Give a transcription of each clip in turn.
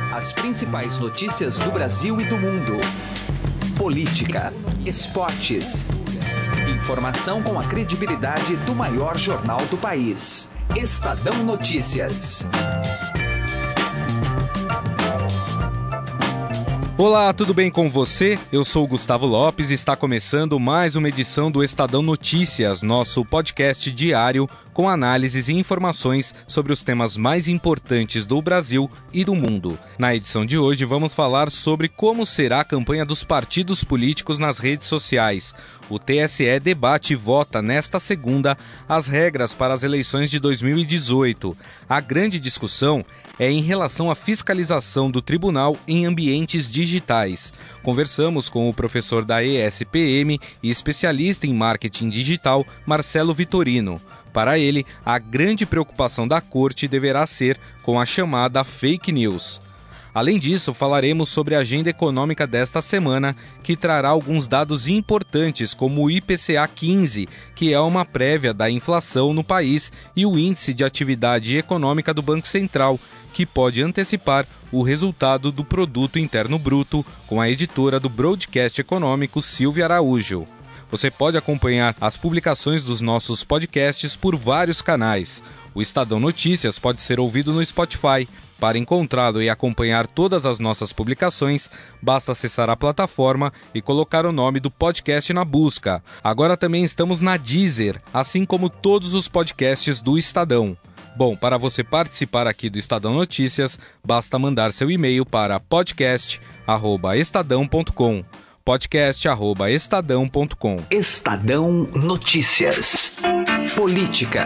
As principais notícias do Brasil e do mundo. Política, esportes. Informação com a credibilidade do maior jornal do país. Estadão Notícias. Olá, tudo bem com você? Eu sou o Gustavo Lopes e está começando mais uma edição do Estadão Notícias, nosso podcast diário com análises e informações sobre os temas mais importantes do Brasil e do mundo. Na edição de hoje vamos falar sobre como será a campanha dos partidos políticos nas redes sociais. O TSE debate e vota nesta segunda as regras para as eleições de 2018. A grande discussão é em relação à fiscalização do tribunal em ambientes digitais. Conversamos com o professor da ESPM e especialista em marketing digital, Marcelo Vitorino. Para ele, a grande preocupação da corte deverá ser com a chamada fake news. Além disso, falaremos sobre a agenda econômica desta semana, que trará alguns dados importantes, como o IPCA 15, que é uma prévia da inflação no país, e o Índice de Atividade Econômica do Banco Central, que pode antecipar o resultado do Produto Interno Bruto, com a editora do Broadcast Econômico, Silvia Araújo. Você pode acompanhar as publicações dos nossos podcasts por vários canais. O Estadão Notícias pode ser ouvido no Spotify. Para encontrá-lo e acompanhar todas as nossas publicações, basta acessar a plataforma e colocar o nome do podcast na busca. Agora também estamos na Deezer, assim como todos os podcasts do Estadão. Bom, para você participar aqui do Estadão Notícias, basta mandar seu e-mail para podcast@estadão.com. podcast@estadão.com. Estadão Notícias. Política.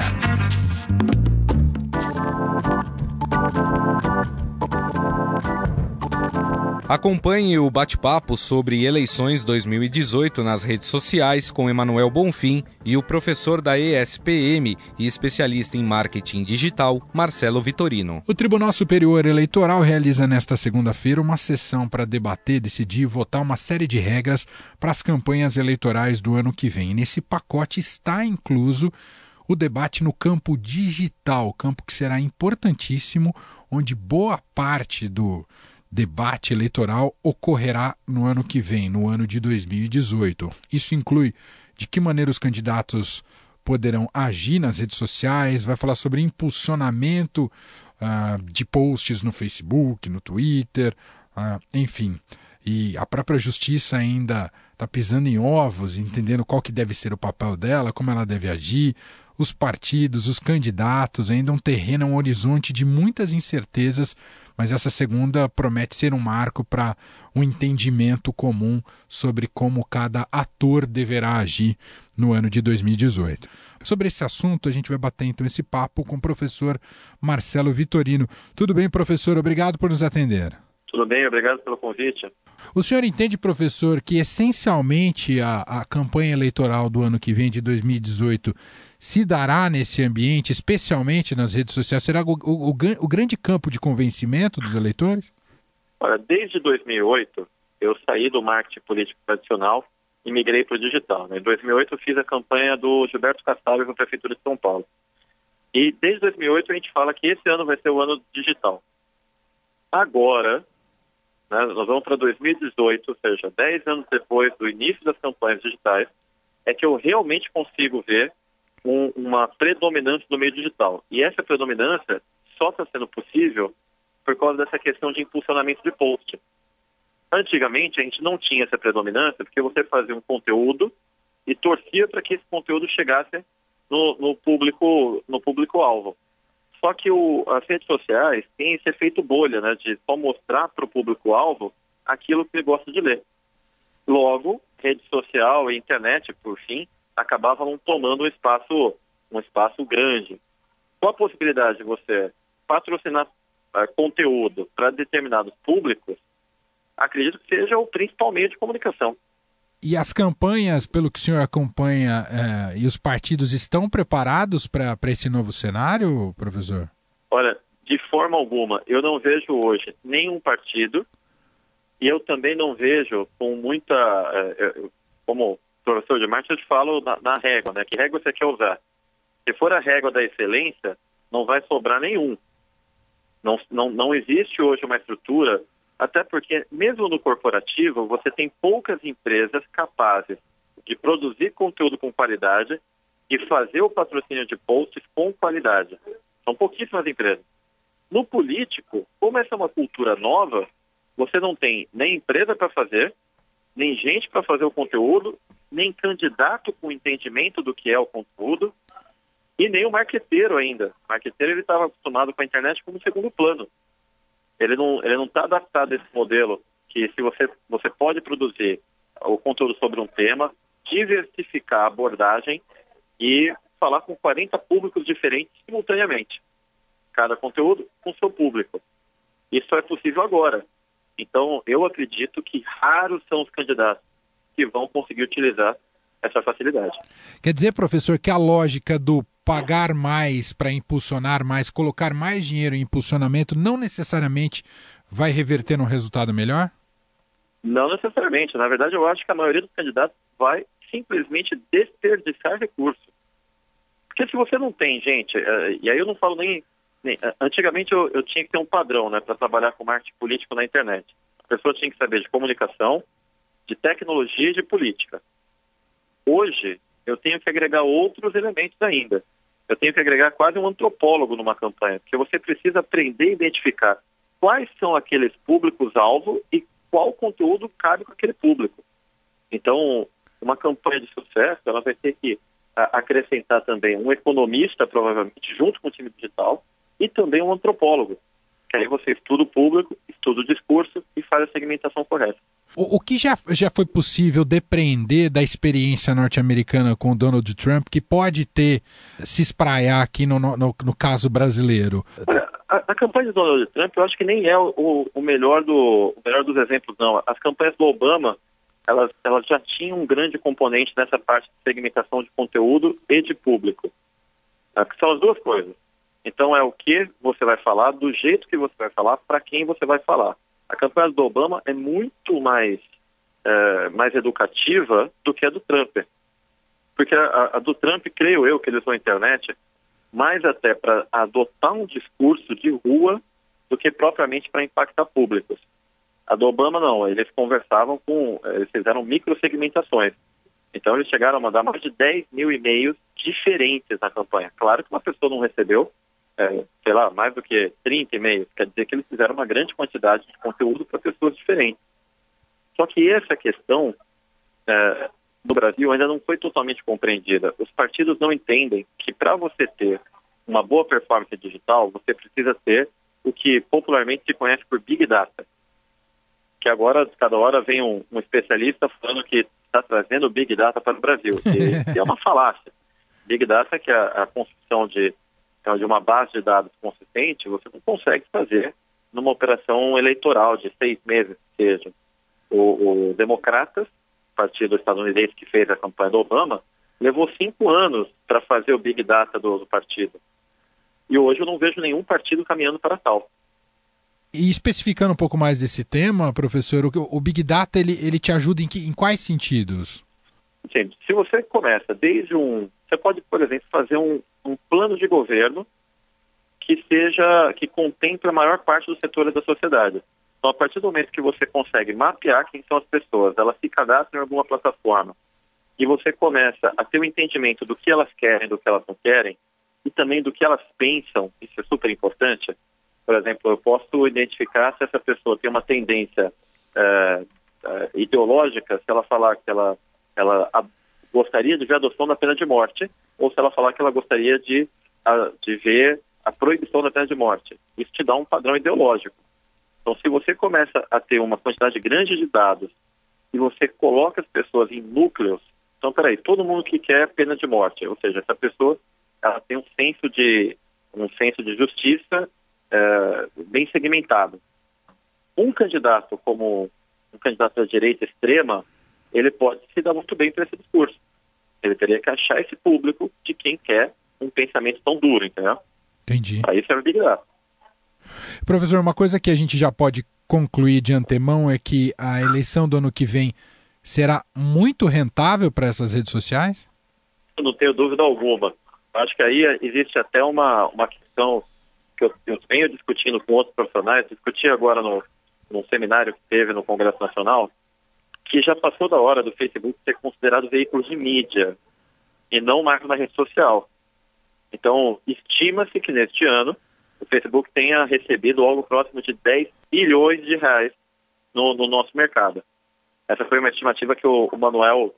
Acompanhe o bate-papo sobre eleições 2018 nas redes sociais com Emanuel Bonfim e o professor da ESPM e especialista em marketing digital, Marcelo Vitorino. O Tribunal Superior Eleitoral realiza nesta segunda-feira uma sessão para debater, decidir e votar uma série de regras para as campanhas eleitorais do ano que vem. Nesse pacote está incluso o debate no campo digital, campo que será importantíssimo, onde boa parte do debate eleitoral ocorrerá no ano que vem, no ano de 2018. Isso inclui de que maneira os candidatos poderão agir nas redes sociais, vai falar sobre impulsionamento de posts no Facebook, no Twitter, enfim. E a própria justiça ainda está pisando em ovos, entendendo qual que deve ser o papel dela, como ela deve agir. Os partidos, os candidatos, ainda um terreno, um horizonte de muitas incertezas, mas essa segunda promete ser um marco para um entendimento comum sobre como cada ator deverá agir no ano de 2018. Sobre esse assunto, a gente vai bater então esse papo com o professor Marcelo Vitorino. Tudo bem, professor? Obrigado por nos atender. Tudo bem, obrigado pelo convite. O senhor entende, professor, que essencialmente a campanha eleitoral do ano que vem, de 2018, se dará nesse ambiente, especialmente nas redes sociais? Será o grande campo de convencimento dos eleitores? Olha, desde 2008, eu saí do marketing político tradicional e migrei para o digital. Em 2008, eu fiz a campanha do Gilberto Kassab para a Prefeitura de São Paulo. E desde 2008, a gente fala que esse ano vai ser o ano digital. Agora, nós vamos para 2018, ou seja, 10 anos depois do início das campanhas digitais, é que eu realmente consigo ver uma predominância do meio digital. E essa predominância só está sendo possível por causa dessa questão de impulsionamento de post. Antigamente, a gente não tinha essa predominância porque você fazia um conteúdo e torcia para que esse conteúdo chegasse no público-alvo. Só que as redes sociais têm esse efeito bolha, de só mostrar para o público-alvo aquilo que ele gosta de ler. Logo, rede social e internet, por fim, acabavam tomando um espaço grande. Com a possibilidade de você patrocinar conteúdo para determinados públicos, acredito que seja o principal meio de comunicação. E as campanhas, pelo que o senhor acompanha, e os partidos estão preparados para esse novo cenário, professor? Olha, de forma alguma. Eu não vejo hoje nenhum partido e eu também não vejo com muita... como professor de marketing, eu te falo na régua, que régua você quer usar. Se for a régua da excelência, não vai sobrar nenhum. Não existe hoje uma estrutura, até porque mesmo no corporativo você tem poucas empresas capazes de produzir conteúdo com qualidade e fazer o patrocínio de posts com qualidade. São pouquíssimas empresas. No político, como essa é uma cultura nova, você não tem nem empresa para fazer, nem gente para fazer o conteúdo, nem candidato com entendimento do que é o conteúdo, e nem o marqueteiro ainda. O marqueteiro ele estava acostumado com a internet como segundo plano. Ele não está adaptado a esse modelo que se você pode produzir o conteúdo sobre um tema, diversificar a abordagem e falar com 40 públicos diferentes simultaneamente. Cada conteúdo com seu público. Isso é possível agora. Então, eu acredito que raros são os candidatos que vão conseguir utilizar essa facilidade. Quer dizer, professor, que a lógica do pagar mais para impulsionar mais, colocar mais dinheiro em impulsionamento, não necessariamente vai reverter num resultado melhor? Não necessariamente. Na verdade, eu acho que a maioria dos candidatos vai simplesmente desperdiçar recursos. Porque se você não tem, gente, e aí eu não falo nem antigamente eu tinha que ter um padrão, né, para trabalhar com marketing político na internet. A pessoa tinha que saber de comunicação, de tecnologia e de política. Hoje, eu tenho que agregar outros elementos ainda. Eu tenho que agregar quase um antropólogo numa campanha, porque você precisa aprender a identificar quais são aqueles públicos-alvo e qual conteúdo cabe com aquele público. Então, uma campanha de sucesso, ela vai ter que acrescentar também um economista, provavelmente, junto com o time digital, e também um antropólogo, que aí você estuda o público, estuda o discurso e faz a segmentação correta. O que já foi possível depreender da experiência norte-americana com o Donald Trump, que pode se espraiar aqui no caso brasileiro? A campanha de Donald Trump, eu acho que nem é o melhor dos exemplos, não. As campanhas do Obama, elas já tinham um grande componente nessa parte de segmentação de conteúdo e de público. Que são as duas coisas. Então é o que você vai falar, do jeito que você vai falar, para quem você vai falar. A campanha do Obama é muito mais educativa do que a do Trump. Porque a do Trump, creio eu, que ele usou a internet mais até para adotar um discurso de rua do que propriamente para impactar públicos. A do Obama não, eles conversavam eles fizeram microsegmentações. Então eles chegaram a mandar mais de 10 mil e-mails diferentes na campanha. Claro que uma pessoa não recebeu mais do que 30 e-mails, quer dizer que eles fizeram uma grande quantidade de conteúdo para pessoas diferentes. Só que essa questão no Brasil ainda não foi totalmente compreendida. Os partidos não entendem que para você ter uma boa performance digital, você precisa ter o que popularmente se conhece por Big Data. Que agora, cada hora vem um especialista falando que está trazendo Big Data para o Brasil. E é uma falácia. Big Data, que é a construção de uma base de dados consistente, você não consegue fazer numa operação eleitoral de 6 meses, que seja. O Democratas, partido estadunidense que fez a campanha do Obama, levou 5 anos para fazer o Big Data do partido. E hoje eu não vejo nenhum partido caminhando para tal. E especificando um pouco mais desse tema, professor, o Big Data ele te ajuda em quais sentidos? Sim, se você começa você pode, por exemplo, fazer um plano de governo que contemple a maior parte dos setores da sociedade. Então, a partir do momento que você consegue mapear quem são as pessoas, elas se cadastram em alguma plataforma, e você começa a ter um entendimento do que elas querem, do que elas não querem, e também do que elas pensam, isso é super importante. Por exemplo, eu posso identificar se essa pessoa tem uma tendência ideológica, se ela falar que ela gostaria de ver a adoção da pena de morte, ou se ela falar que ela gostaria de ver a proibição da pena de morte. Isso te dá um padrão ideológico. Então, se você começa a ter uma quantidade grande de dados e você coloca as pessoas em núcleos, então, todo mundo que quer pena de morte, ou seja, essa pessoa ela tem um senso de justiça bem segmentado. Um candidato como um candidato da direita extrema, ele pode se dar muito bem para esse discurso. Ele teria que achar esse público de quem quer um pensamento tão duro, entendeu? Entendi. Aí serve Big Data. Professor, uma coisa que a gente já pode concluir de antemão é que a eleição do ano que vem será muito rentável para essas redes sociais? Eu não tenho dúvida alguma. Acho que aí existe até uma questão que eu venho discutindo com outros profissionais, discuti agora num seminário que teve no Congresso Nacional, que já passou da hora do Facebook ser considerado veículo de mídia e não mais uma rede social. Então, estima-se que neste ano o Facebook tenha recebido algo próximo de 10 bilhões de reais no nosso mercado. Essa foi uma estimativa que o Manuel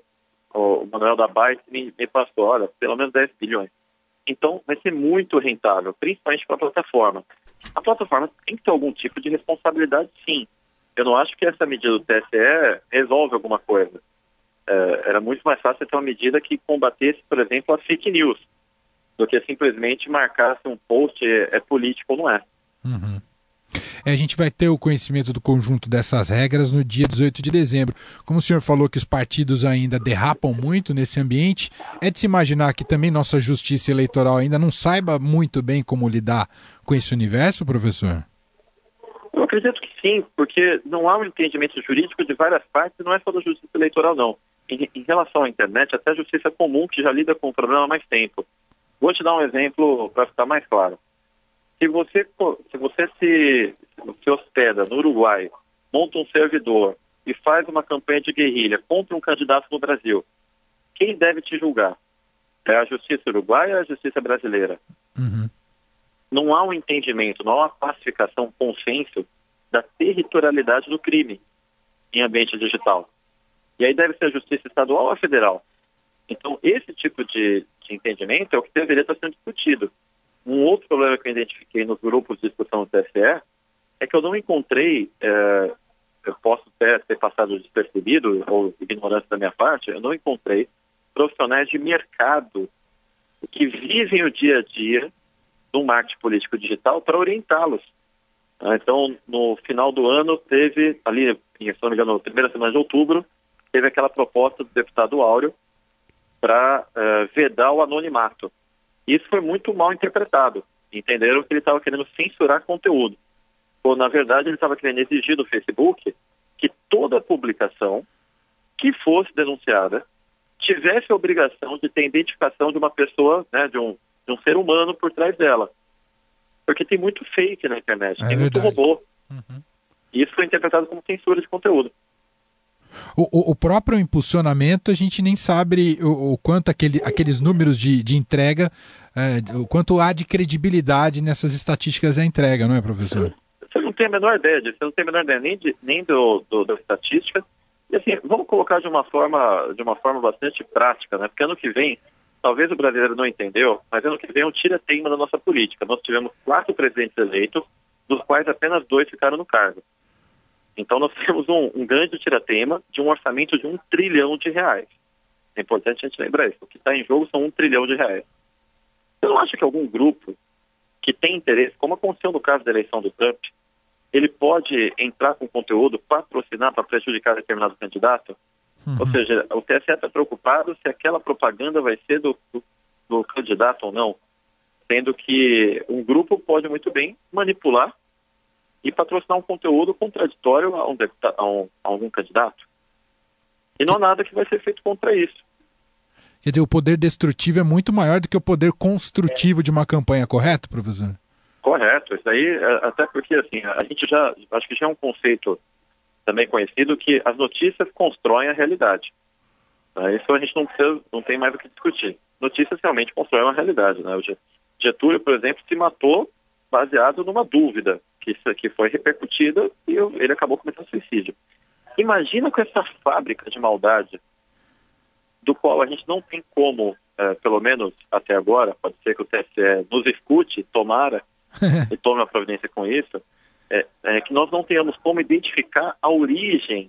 da Byte me passou, olha, pelo menos 10 bilhões. Então, vai ser muito rentável, principalmente para a plataforma. A plataforma tem que ter algum tipo de responsabilidade, sim. Eu não acho que essa medida do TSE resolve alguma coisa. Era muito mais fácil ter uma medida que combatesse, por exemplo, a fake news, do que simplesmente marcar se um post é político ou não é. Uhum. A gente vai ter o conhecimento do conjunto dessas regras no dia 18 de dezembro. Como o senhor falou que os partidos ainda derrapam muito nesse ambiente, é de se imaginar que também nossa justiça eleitoral ainda não saiba muito bem como lidar com esse universo, professor? Eu acredito que sim, porque não há um entendimento jurídico de várias partes, não é só da justiça eleitoral, não. Em relação à internet, até a justiça comum, que já lida com o problema há mais tempo. Vou te dar um exemplo para ficar mais claro. Se você se hospeda no Uruguai, monta um servidor e faz uma campanha de guerrilha contra um candidato no Brasil, quem deve te julgar? É a justiça uruguaia ou a justiça brasileira? Uhum. Não há um entendimento, não há uma pacificação, consenso da territorialidade do crime em ambiente digital. E aí deve ser a justiça estadual ou a federal. Então, esse tipo de entendimento é o que deveria estar sendo discutido. Um outro problema que eu identifiquei nos grupos de discussão do TSE é que eu não encontrei, eu posso ter passado despercebido ou ignorância da minha parte, eu não encontrei profissionais de mercado que vivem o dia a dia do marketing político digital para orientá-los. Então, no final do ano, teve, ali, se não me engano, na primeira semana de outubro, teve aquela proposta do deputado Áureo para vedar o anonimato. Isso foi muito mal interpretado. Entenderam que ele estava querendo censurar conteúdo. Ou, na verdade, ele estava querendo exigir do Facebook que toda publicação que fosse denunciada tivesse a obrigação de ter identificação de uma pessoa, né, de um ser humano por trás dela. Porque tem muito fake na internet, tem muito robô. Uhum. E isso foi interpretado como censura de conteúdo. O próprio impulsionamento, a gente nem sabe o quanto aqueles números de entrega, o quanto há de credibilidade nessas estatísticas da entrega, não é, professor? Você não tem a menor ideia disso, você não tem a menor ideia nem da estatística. E assim, vamos colocar de uma forma bastante prática, né? Porque ano que vem, talvez o brasileiro não entendeu, mas ano que vem é um tira-teima da nossa política. Nós tivemos 4 presidentes eleitos, dos quais apenas 2 ficaram no cargo. Então nós temos um grande tira-teima de um orçamento de R$1 trilhão. É importante a gente lembrar isso. O que está em jogo são R$1 trilhão. Você não acha que algum grupo que tem interesse, como aconteceu no caso da eleição do Trump, ele pode entrar com conteúdo, patrocinar para prejudicar determinado candidato? Uhum. Ou seja, o TSE está preocupado se aquela propaganda vai ser do candidato ou não, sendo que um grupo pode muito bem manipular e patrocinar um conteúdo contraditório a algum candidato. E não há nada que vai ser feito contra isso. Quer dizer, o poder destrutivo é muito maior do que o poder construtivo de uma campanha, correto, professor? Correto. Isso aí, até porque, assim, a gente acho que já é um conceito também conhecido que as notícias constroem a realidade. Isso a gente não tem mais o que discutir. Notícias realmente constroem uma realidade, né? O Getúlio, por exemplo, se matou baseado numa dúvida que foi repercutida e ele acabou cometendo suicídio. Imagina com essa fábrica de maldade, do qual a gente não tem como, pelo menos até agora, pode ser que o TSE nos escute, tomara, e tome uma providência com isso, que nós não tenhamos como identificar a origem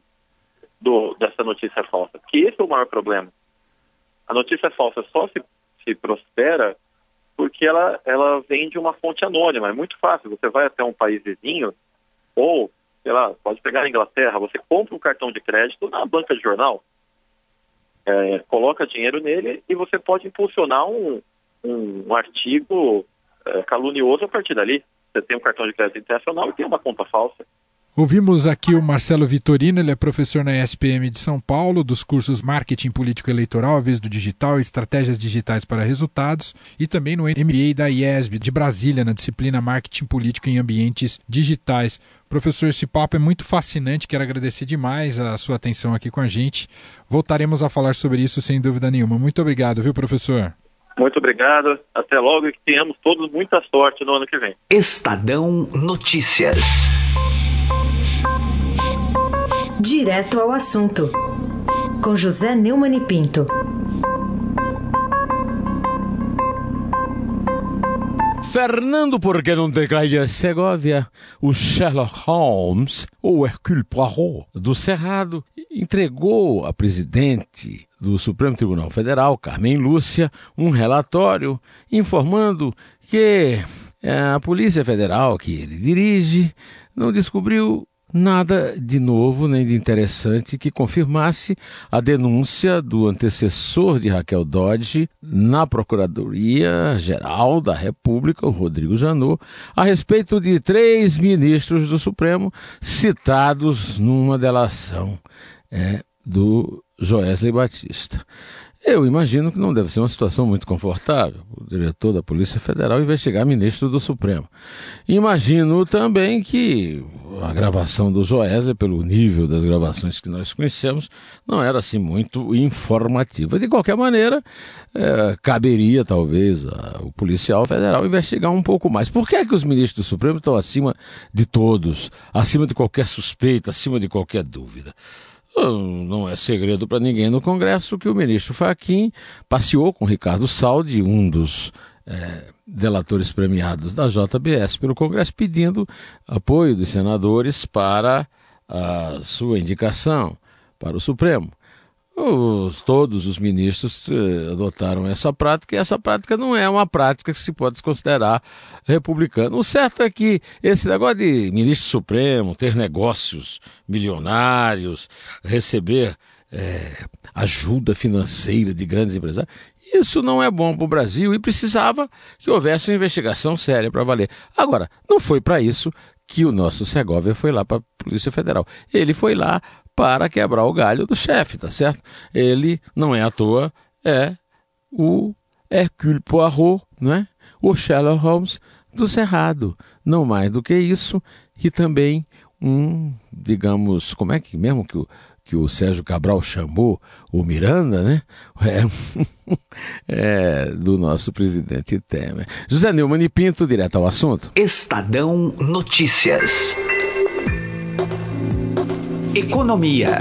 dessa notícia falsa. Que esse é o maior problema. A notícia falsa só se prospera porque ela vem de uma fonte anônima. É muito fácil. Você vai até um país vizinho, ou, sei lá, pode pegar a Inglaterra, você compra um cartão de crédito na banca de jornal, coloca dinheiro nele e você pode impulsionar um artigo calunioso a partir dali. Você tem um cartão de crédito internacional e tem uma conta falsa. Ouvimos aqui o Marcelo Vitorino, ele é professor na ESPM de São Paulo, dos cursos Marketing Político Eleitoral, Aviso do Digital e Estratégias Digitais para Resultados, e também no MBA da IESB de Brasília, na disciplina Marketing Político em Ambientes Digitais. Professor, esse papo é muito fascinante, quero agradecer demais a sua atenção aqui com a gente. Voltaremos a falar sobre isso sem dúvida nenhuma. Muito obrigado, viu, professor? Muito obrigado, até logo e que tenhamos todos muita sorte no ano que vem. Estadão Notícias. Direto ao assunto, com José Neumann e Pinto. Fernando, por que não te calhas, Segovia? O Sherlock Holmes, ou Hercule Poirot, do Cerrado, entregou à presidente do Supremo Tribunal Federal, Carmen Lúcia, um relatório informando que a Polícia Federal que ele dirige não descobriu nada de novo nem de interessante que confirmasse a denúncia do antecessor de Raquel Dodge na Procuradoria-Geral da República, o Rodrigo Janot, a respeito de 3 ministros do Supremo citados numa delação do Joesley Batista. Eu imagino que não deve ser uma situação muito confortável o diretor da Polícia Federal investigar ministro do Supremo. Imagino também que a gravação do Joesley, pelo nível das gravações que nós conhecemos, não era assim muito informativa. De qualquer maneira, caberia talvez ao policial federal investigar um pouco mais. Por que é que os ministros do Supremo estão acima de todos, acima de qualquer suspeita, acima de qualquer dúvida? Não é segredo para ninguém no Congresso que o ministro Fachin passeou com Ricardo Saldi, um dos delatores premiados da JBS pelo Congresso, pedindo apoio dos senadores para a sua indicação para o Supremo. Todos os ministros adotaram essa prática, e essa prática não é uma prática que se pode considerar republicana. O certo é que esse negócio de ministro supremo, ter negócios milionários, receber ajuda financeira de grandes empresários, isso não é bom para o Brasil e precisava que houvesse uma investigação séria para valer. Agora, não foi para isso que o nosso Segovia foi lá para a Polícia Federal. Ele foi lá para quebrar o galho do chefe, tá certo? Ele, não é à toa, é o Hercule Poirot, não é? O Sherlock Holmes do Cerrado. Não mais do que isso, e também digamos, como é que mesmo que o Sérgio Cabral chamou o Miranda, né? Do nosso presidente Temer. José Neumann e Pinto, direto ao assunto. Estadão Notícias. Economia.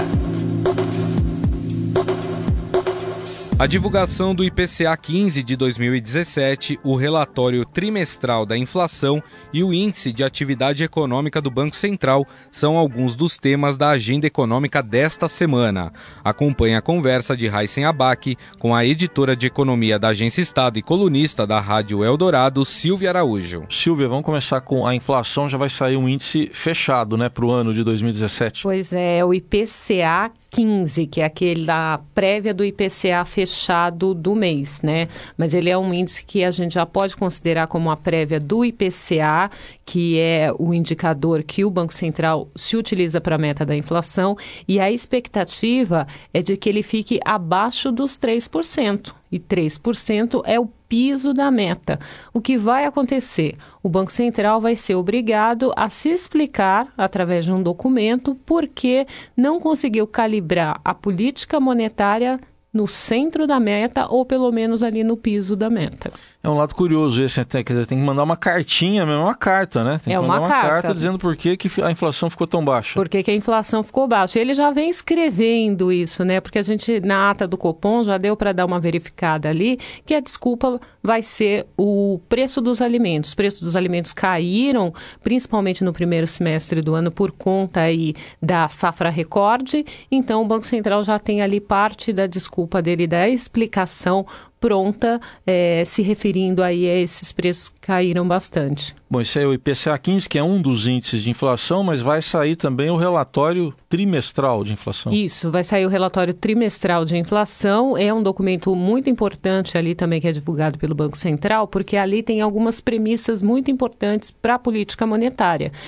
A divulgação do IPCA 15 de 2017, o relatório trimestral da inflação e o índice de atividade econômica do Banco Central são alguns dos temas da agenda econômica desta semana. Acompanhe a conversa de Raíssen Abac com a editora de economia da Agência Estado e colunista da Rádio Eldorado, Silvia Araújo. Silvia, vamos começar com a inflação. Já vai sair um índice fechado, né, para o ano de 2017. Pois é, o IPCA 15, que é aquele da prévia do IPCA fechado do mês, né? Mas ele é um índice que a gente já pode considerar como a prévia do IPCA, que é o indicador que o Banco Central se utiliza para a meta da inflação, e a expectativa é de que ele fique abaixo dos 3%. E 3% é o piso da meta. O que vai acontecer? O Banco Central vai ser obrigado a se explicar, através de um documento, porque não conseguiu calibrar a política monetária no centro da meta, ou pelo menos ali no piso da meta. É um lado curioso esse, quer dizer, tem que mandar uma cartinha, mesmo uma carta, né? Tem que mandar uma carta dizendo por que a inflação ficou tão baixa. Por que a inflação ficou baixa. Ele já vem escrevendo isso, né? Porque a gente, na ata do Copom, já deu para dar uma verificada ali, que a desculpa vai ser o preço dos alimentos. Os preços dos alimentos caíram, principalmente no primeiro semestre do ano, por conta aí da safra recorde. Então, o Banco Central já tem ali parte da desculpa dele, da explicação pronta, se referindo aí a esses preços que caíram bastante. Bom, esse aí é o IPCA 15, que é um dos índices de inflação, mas vai sair também o relatório trimestral de inflação. Isso, vai sair o relatório trimestral de inflação, é um documento muito importante ali também que é divulgado pelo Banco Central, porque ali tem algumas premissas muito importantes para a política monetária.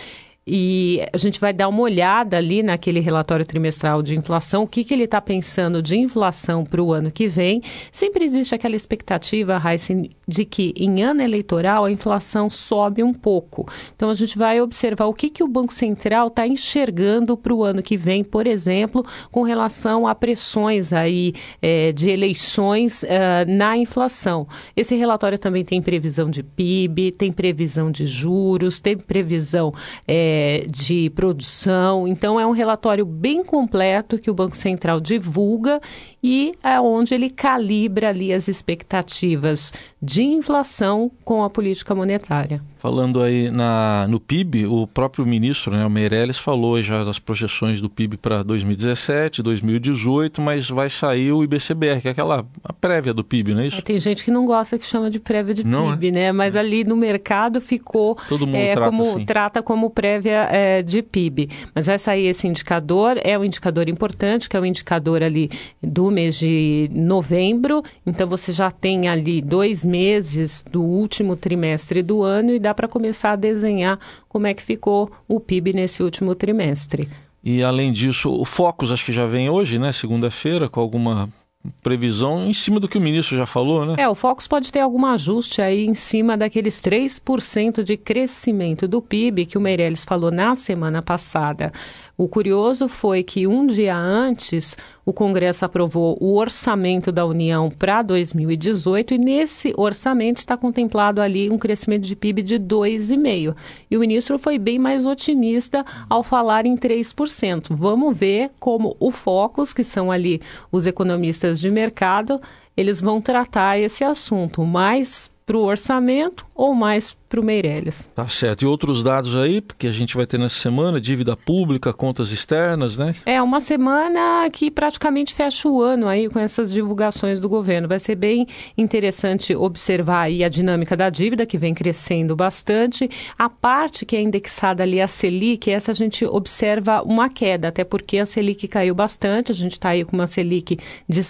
e a gente vai dar uma olhada ali naquele relatório trimestral de inflação, o que ele está pensando de inflação para o ano que vem. Sempre existe aquela expectativa, Raíssa, de que em ano eleitoral a inflação sobe um pouco. Então a gente vai observar o que o Banco Central está enxergando para o ano que vem, por exemplo, com relação a pressões aí de eleições na inflação. Esse relatório também tem previsão de PIB, tem previsão de juros, tem previsão de produção. Então é um relatório bem completo que o Banco Central divulga e é onde ele calibra ali as expectativas de inflação com a política monetária. Falando aí no PIB, o próprio ministro, o Meirelles, falou já das projeções do PIB para 2017, 2018, mas vai sair o IBCBR, que é a prévia do PIB, não é isso? Tem gente que não gosta que chama de prévia de PIB, né? Mas ali no mercado ficou... Todo mundo trata como prévia de PIB. Mas vai sair esse indicador, é um indicador importante, que é o indicador ali do mês de novembro. Então você já tem ali 2 meses do último trimestre do ano e dá para começar a desenhar como é que ficou o PIB nesse último trimestre. E além disso, o Focus acho que já vem hoje, né? Segunda-feira, com alguma previsão em cima do que o ministro já falou, né? O Focus pode ter algum ajuste aí em cima daqueles 3% de crescimento do PIB que o Meirelles falou na semana passada. O curioso foi que um dia antes o Congresso aprovou o orçamento da União para 2018 e nesse orçamento está contemplado ali um crescimento de PIB de 2,5%. E o ministro foi bem mais otimista ao falar em 3%. Vamos ver como o Focus, que são ali os economistas de mercado, eles vão tratar esse assunto mais para o orçamento ou mais para o Meirelles. Tá certo. E outros dados aí, porque a gente vai ter nessa semana, dívida pública, contas externas, né? É uma semana que praticamente fecha o ano aí com essas divulgações do governo. Vai ser bem interessante observar aí a dinâmica da dívida, que vem crescendo bastante. A parte que é indexada ali a Selic, essa a gente observa uma queda, até porque a Selic caiu bastante. A gente está aí com uma Selic de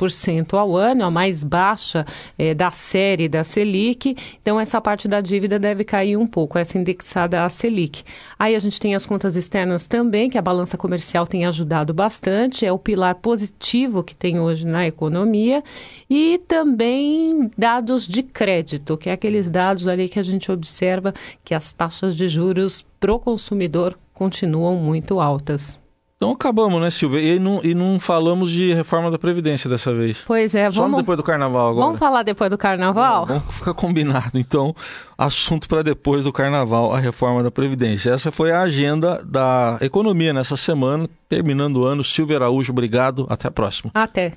7% ao ano, a mais baixa da série da Selic. Então, essa parte da dívida deve cair um pouco, essa indexada à Selic. Aí a gente tem as contas externas também, que a balança comercial tem ajudado bastante, é o pilar positivo que tem hoje na economia, e também dados de crédito, que é aqueles dados ali que a gente observa que as taxas de juros pro consumidor continuam muito altas. Então acabamos, né, Silvia? E não falamos de reforma da Previdência dessa vez. Pois é, vamos... Só depois do Carnaval agora. Vamos falar depois do Carnaval? Vamos ficar combinado. Então, assunto para depois do Carnaval, a reforma da Previdência. Essa foi a agenda da economia nessa semana. Terminando o ano, Silvia Araújo, obrigado. Até a próxima. Até.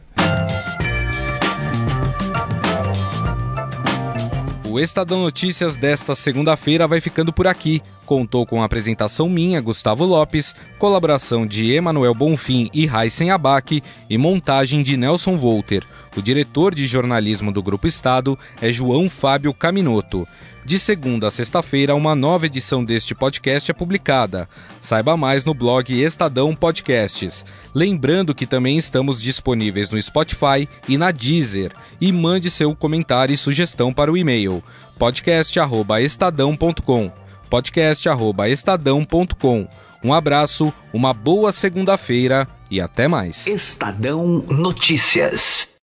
O Estadão Notícias desta segunda-feira vai ficando por aqui. Contou com a apresentação minha, Gustavo Lopes, colaboração de Emanuel Bonfim e Raíssen Abac e montagem de Nelson Volter. O diretor de jornalismo do Grupo Estado é João Fábio Caminoto. De segunda a sexta-feira, uma nova edição deste podcast é publicada. Saiba mais no blog Estadão Podcasts. Lembrando que também estamos disponíveis no Spotify e na Deezer. E mande seu comentário e sugestão para o e-mail podcast@estadão.com. podcast@estadão.com. Um abraço, uma boa segunda-feira e até mais. Estadão Notícias.